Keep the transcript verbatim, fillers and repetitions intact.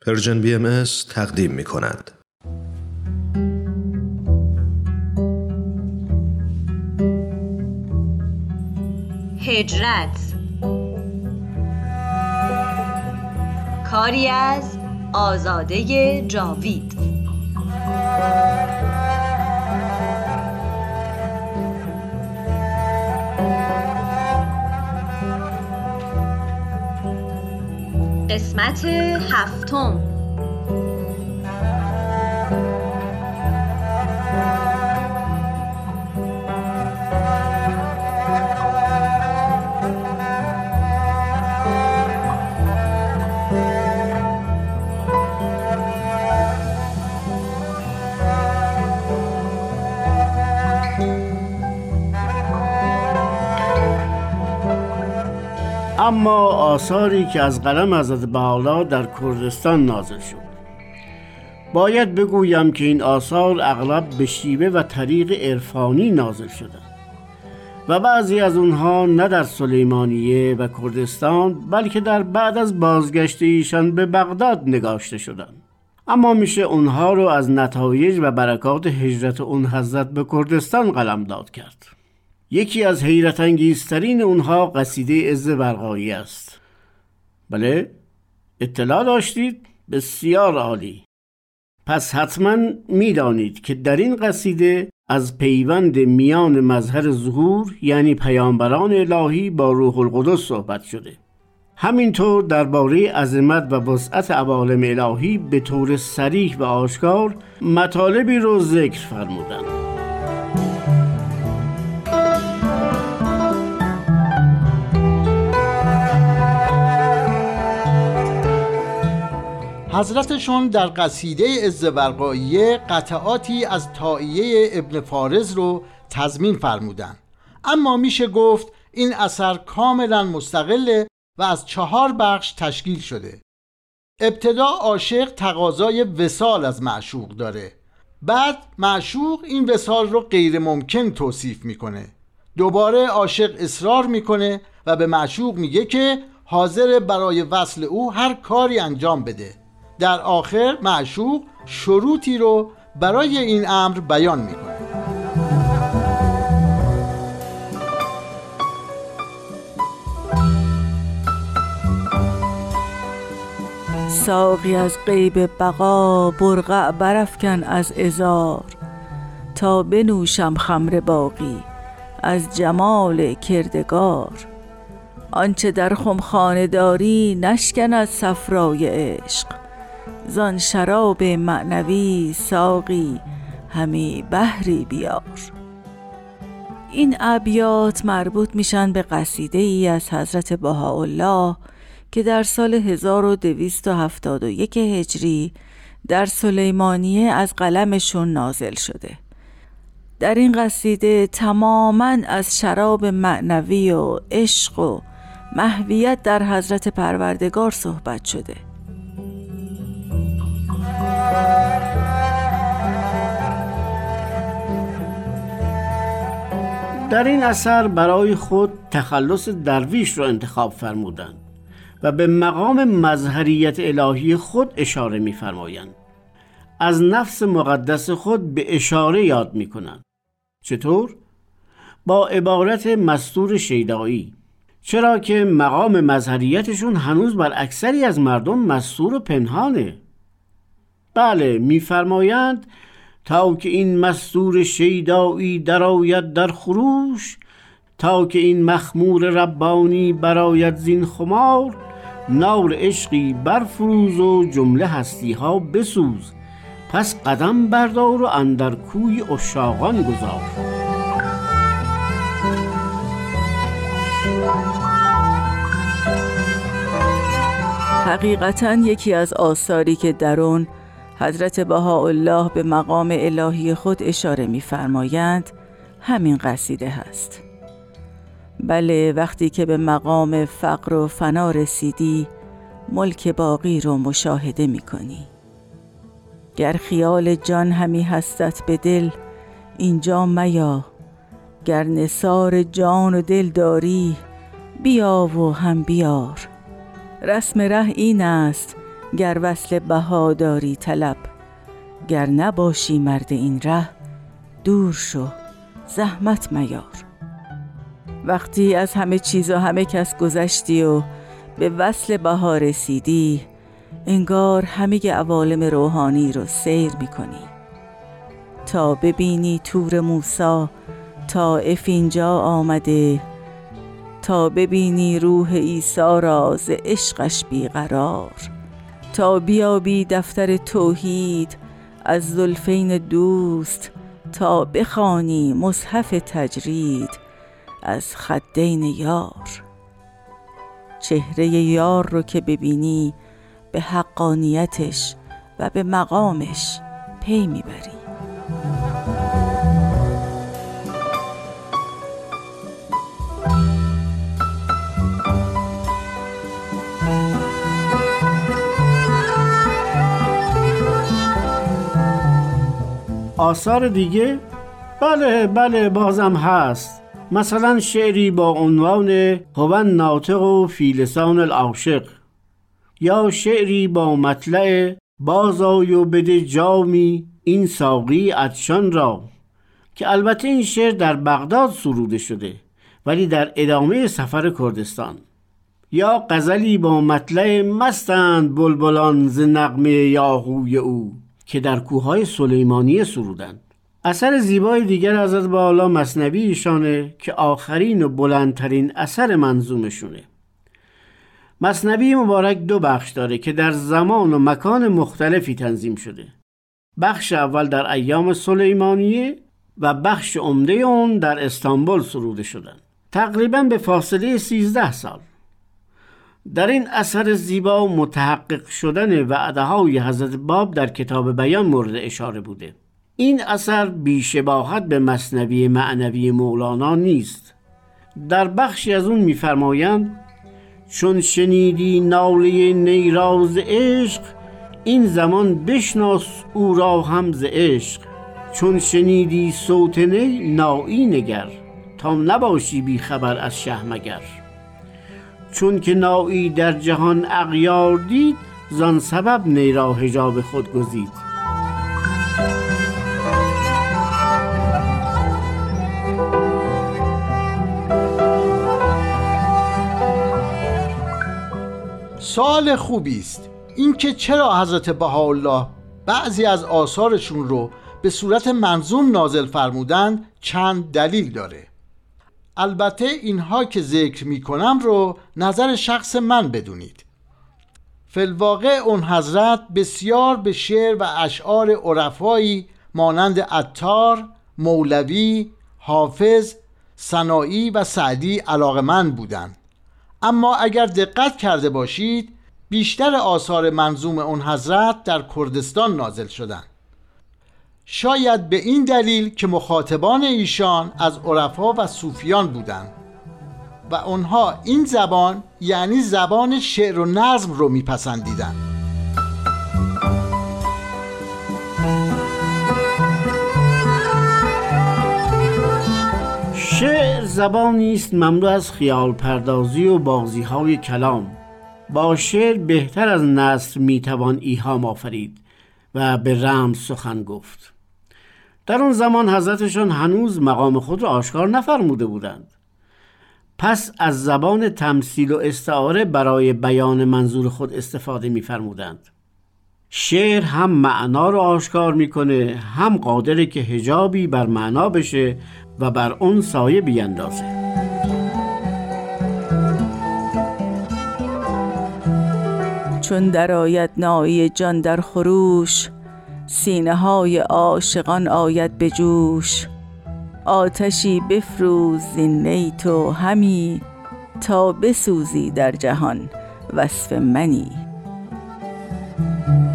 پرژن بی ام اس تقدیم می کند. هجرت، کاری از آزاده جاوید. قسمت هفتم. اما آثاری که از قلم حضرت بهاءالله در کردستان نازل شد، باید بگویم که این آثار اغلب به شیوه و طریق عرفانی نازل شدند و بعضی از اونها نه در سلیمانیه و کردستان بلکه در بعد از بازگشت ایشان به بغداد نگاشته شدند. اما میشه اونها رو از نتایج و برکات هجرت اون حضرت به کردستان قلمداد کرد. یکی از حیرت انگیزترین اونها قصیده عز برقایی است. بله، اطلاع داشتید؟ بسیار عالی. پس حتما میدانید که در این قصیده از پیوند میان مظهر ظهور یعنی پیامبران الهی با روح القدس صحبت شده. همینطور درباره عظمت و وسعت عوالم الهی به طور صریح و آشکار مطالبی رو ذکر فرمودند. حضرتشون در قصیده عز برقاییه قطعاتی از طائیه ابن فارز رو تضمین فرمودن، اما میشه گفت این اثر کاملا مستقله و از چهار بخش تشکیل شده. ابتدا عاشق تقاضای وصال از معشوق داره، بعد معشوق این وصال رو غیر ممکن توصیف میکنه، دوباره عاشق اصرار میکنه و به معشوق میگه که حاضر برای وصل او هر کاری انجام بده. در آخر معشوق شروطی رو برای این امر بیان میکنه. ساقی از غیب بقا برقع برافکن از ازار، تا بنوشم خمر باقی از جمال کردگار. آنچه در خمخانه داری نشکن از صفرای عشق، زان شراب معنوی ساقی همی بحری بیار. این ابیات مربوط میشن به قصیده ای از حضرت بهاءالله که در سال هزار و دویست و هفتاد و یک هجری در سلیمانیه از قلمشون نازل شده. در این قصیده تماماً از شراب معنوی و عشق و محویت در حضرت پروردگار صحبت شده. در این اثر برای خود تخلص درویش رو انتخاب فرمودند و به مقام مظهریت الهی خود اشاره می فرمایند. از نفس مقدس خود به اشاره یاد می کنند. چطور؟ با عبارت مستور شیدایی، چرا که مقام مظهریتشون هنوز بر اکثری از مردم مستور و پنهانه. بله، می‌فرمایند تا که این مستور شیدایی درآید در خروش، تا که این مخمور ربانی برآید زین خمار، نار عشقی برفروز و جمله هستی‌ها بسوز، پس قدم بردار و اندر کوی عشاقان گذار. حقیقتاً یکی از آثاری که در اون حضرت بهاءالله به مقام الهی خود اشاره می‌فرمایند همین قصیده هست. بله، وقتی که به مقام فقر و فنا رسیدی ملک باقی رو مشاهده می‌کنی. گر خیال جان همی هستت به دل اینجا میا، گر نثار جان و دل داری بیا و هم بیار. رسم ره این است گر وصل بهاداری طلب. گر نباشی مرد این ره دور شو زحمت میار. وقتی از همه چیز و همه کس گذشتی و به وصل بها رسیدی، انگار همه عوالم روحانی رو سیر میکنی تا ببینی تور موسی طائف اینجا آمده، تا ببینی روح عیسی را ز عشقش بیقرار، تا بیابی دفتر توحید از زلفین دوست، تا بخوانی مصحف تجرید از خدین یار. چهره یار رو که ببینی به حقانیتش و به مقامش پی میبری. آثار دیگه؟ بله بله بازم هست. مثلا شعری با عنوان هو ناطق فی لسان العاشق، یا شعری با مطلع بازآی و بده جامی این ساقی عطشان را، که البته این شعر در بغداد سروده شده ولی در ادامه سفر کردستان. یا غزلی با مطلع مستند بلبلان ز نغمه یاهوی او، که در کوههای سلیمانیه سرودند. اثر زیبای دیگر حضرت بهاءالله مثنوی ایشانه که آخرین و بلندترین اثر منظومشونه. مثنوی مبارک دو بخش داره که در زمان و مکان مختلفی تنظیم شده. بخش اول در ایام سلیمانیه و بخش عمده اون در استانبول سروده شدن، تقریباً به فاصله سیزده سال. در این اثر زیبا متحقق شدن وعده‌های حضرت باب در کتاب بیان مورد اشاره بوده. این اثر بی‌شباهت به مثنوی معنوی مولانا نیست. در بخشی از اون می‌فرمایند چون شنیدی ناله نیراز عشق، این زمان بشناس او را هم ز عشق. چون شنیدی صوت نی نایی نگر، تا نباشی بی خبر از شه مگر. چون که نایی در جهان اغیار دید، زان سبب نی را حجاب خود گزید. سوال خوبی است اینکه چرا حضرت بهاءالله بعضی از آثارشون رو به صورت منظوم نازل فرمودند چند دلیل داره. البته اینها که ذکر میکنم رو نظر شخص من بدونید. فی‌الواقع اون حضرت بسیار به شعر و اشعار عرفایی مانند عطار، مولوی، حافظ، سنایی و سعدی علاقه‌مند بودند. اما اگر دقت کرده باشید بیشتر آثار منظوم اون حضرت در کردستان نازل شدند. شاید به این دلیل که مخاطبان ایشان از عرفا و صوفیان بودند و اونها این زبان یعنی زبان شعر و نظم رو میپسندیدند. شعر زبانی است مملو از خیال پردازی و بازی های کلام. با شعر بهتر از نثر میتوان ایهام آفرید و به رمز سخن گفت. در اون زمان حضرتشان هنوز مقام خود را آشکار نفرموده بودند. پس از زبان تمثیل و استعاره برای بیان منظور خود استفاده می‌فرمودند. شعر هم معنا رو آشکار میکنه، هم قادره که حجابی بر معنا بشه و بر اون سایه بیندازه. چون درآید نایی جان در خروش، سینه های عاشقان آید به جوش. آتشی بفروز زین نی تو همی، تا بسوزی در جهان وصف منی.